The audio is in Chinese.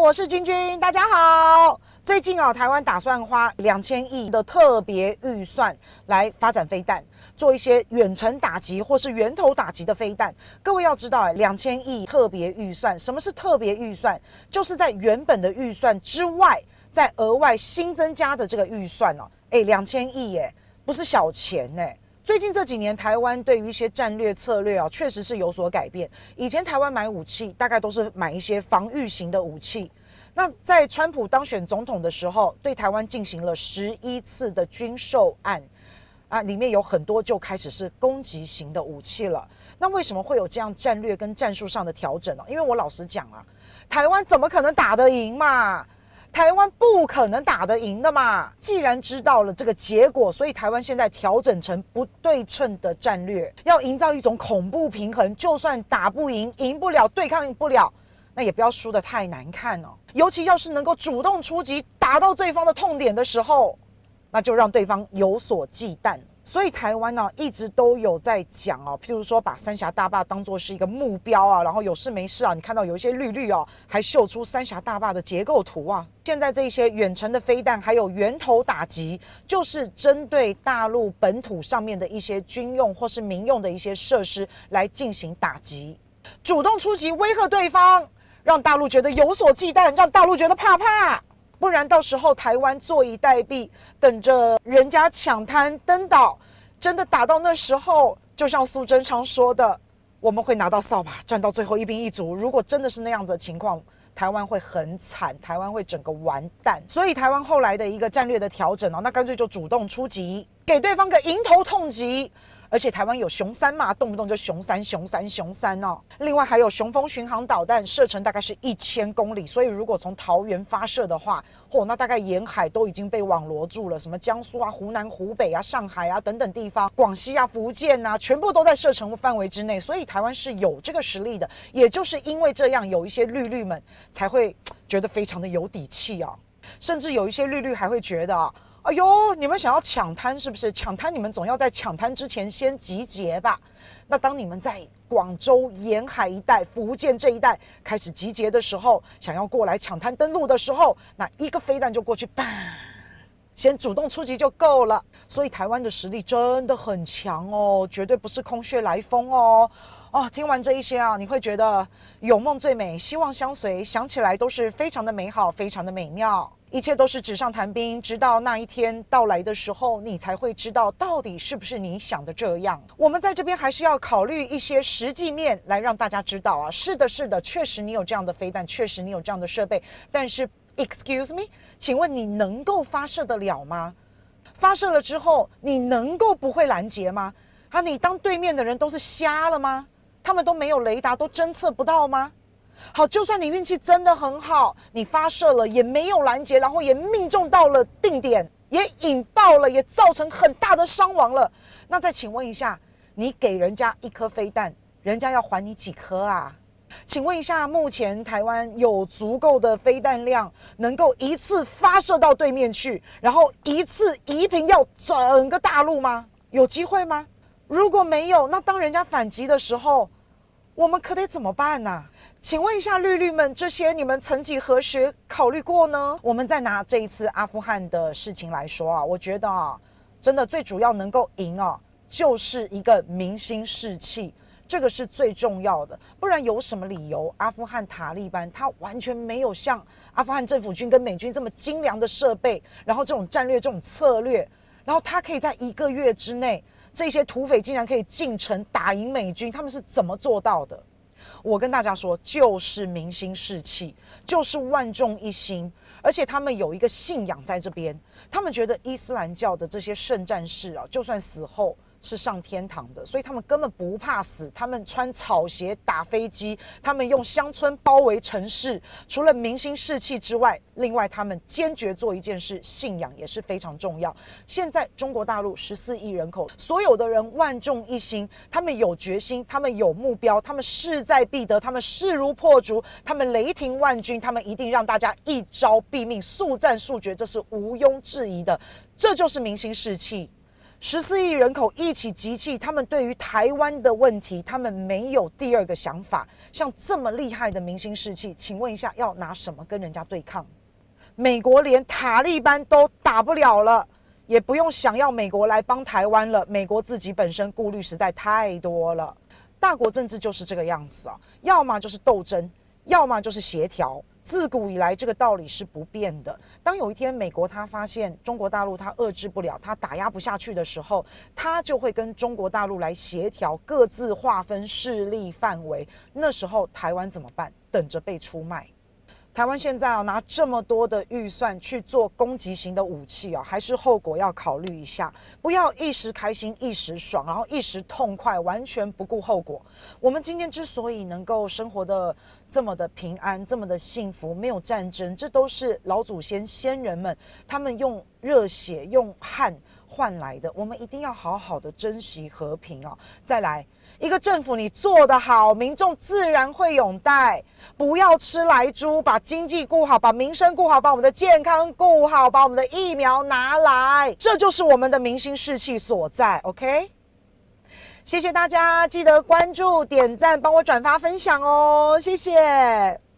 我是君君，大家好。最近台湾打算花2000亿的特别预算来发展飞弹，做一些远程打击或是源头打击的飞弹。各位要知道，2000亿特别预算，什么是特别预算？就是在原本的预算之外，再额外新增加的这个预算2000亿不是小钱最近这几年，台湾对于一些战略策略确实是有所改变。以前台湾买武器，大概都是买一些防御型的武器。那在川普当选总统的时候，对台湾进行了11次的军售案里面有很多就开始是攻击型的武器了。那为什么会有这样战略跟战术上的调整呢？因为我老实讲台湾怎么可能打得赢嘛？台湾不可能打得赢的嘛！既然知道了这个结果，所以台湾现在调整成不对称的战略，要营造一种恐怖平衡，就算打不赢、赢不了、对抗不了，那也不要输得太难看尤其要是能够主动出击，打到对方的痛点的时候，那就让对方有所忌惮。所以台湾一直都有在讲譬如说把三峡大坝当作是一个目标然后有事没事你看到有一些绿还秀出三峡大坝的结构图现在这些远程的飞弹还有源头打击，就是针对大陆本土上面的一些军用或是民用的一些设施来进行打击，主动出击威吓对方，让大陆觉得有所忌惮，让大陆觉得怕。不然到时候台湾坐以待毙，等着人家抢滩登岛，真的打到那时候，就像苏贞昌说的，我们会拿到扫把，站到最后一兵一卒。如果真的是那样子的情况，台湾会很惨，台湾会整个完蛋。所以台湾后来的一个战略的调整那干脆就主动出击，给对方个迎头痛击。而且台湾有雄三嘛，动不动就雄三另外还有雄风巡航导弹，射程大概是1000公里，所以如果从桃园发射的话，那大概沿海都已经被网罗住了，什么江苏湖南、湖北上海等等地方，广西福建全部都在射程范围之内，所以台湾是有这个实力的。也就是因为这样，有一些绿们才会觉得非常的有底气甚至有一些绿还会觉得哎呦，你们想要抢滩是不是？抢滩你们总要在抢滩之前先集结吧。那当你们在广州沿海一带、福建这一带开始集结的时候，想要过来抢滩登陆的时候，那一个飞弹就过去，先主动出击就够了。所以台湾的实力真的很强绝对不是空穴来风听完这一些你会觉得有梦最美，希望相随，想起来都是非常的美好，非常的美妙。一切都是纸上谈兵，直到那一天到来的时候，你才会知道到底是不是你想的这样。我们在这边还是要考虑一些实际面，来让大家知道是的，确实你有这样的飞弹，确实你有这样的设备，但是 excuse me， 请问你能够发射得了吗？发射了之后，你能够不会拦截吗？你当对面的人都是瞎了吗？他们都没有雷达，都侦测不到吗？好，就算你运气真的很好，你发射了也没有拦截，然后也命中到了定点，也引爆了，也造成很大的伤亡了。那再请问一下，你给人家1颗飞弹，人家要还你几颗请问一下，目前台湾有足够的飞弹量，能够一次发射到对面去，然后一次夷平掉整个大陆吗？有机会吗？如果没有，那当人家反击的时候，我们可得怎么办呢？请问一下绿们，这些你们曾几何时考虑过呢？我们再拿这一次阿富汗的事情来说我觉得真的最主要能够赢就是一个民心士气，这个是最重要的。不然有什么理由阿富汗塔利班他完全没有像阿富汗政府军跟美军这么精良的设备，然后这种战略、这种策略，然后他可以在1个月之内，这些土匪竟然可以进城打赢美军，他们是怎么做到的？我跟大家说，就是民心士气，就是万众一心，而且他们有一个信仰在这边，他们觉得伊斯兰教的这些圣战士就算死后是上天堂的，所以他们根本不怕死，他们穿草鞋打飞机，他们用乡村包围城市，除了民心士气之外，另外他们坚决做一件事，信仰也是非常重要。现在中国大陆14亿人口，所有的人万众一心，他们有决心，他们有目标，他们势在必得，他们势如破竹，他们雷霆万钧，他们一定让大家一招毙命，速战速决，这是毋庸置疑的，这就是民心士气。 14亿人口一起集气，他们对于台湾的问题，他们没有第二个想法。像这么厉害的明星士气，请问一下，要拿什么跟人家对抗？美国连塔利班都打不了了，也不用想要美国来帮台湾了。美国自己本身顾虑实在太多了。大国政治就是这个样子啊，要么就是斗争，要么就是协调。自古以来，这个道理是不变的。当有一天美国他发现中国大陆他遏制不了，他打压不下去的时候，他就会跟中国大陆来协调，各自划分势力范围。那时候台湾怎么办？等着被出卖。台湾现在拿这么多的预算去做攻击型的武器还是后果要考虑一下，不要一时开心一时爽，然后一时痛快，完全不顾后果。我们今天之所以能够生活的这么的平安，这么的幸福，没有战争，这都是老祖先先人们他们用热血用汗换来的。我们一定要好好的珍惜和平再来，一个政府你做得好，民众自然会拥戴。不要吃来猪，把经济顾好，把民生顾好，把我们的健康顾好，把我们的疫苗拿来，这就是我们的民心士气所在。 OK， 谢谢大家，记得关注点赞帮我转发分享谢谢。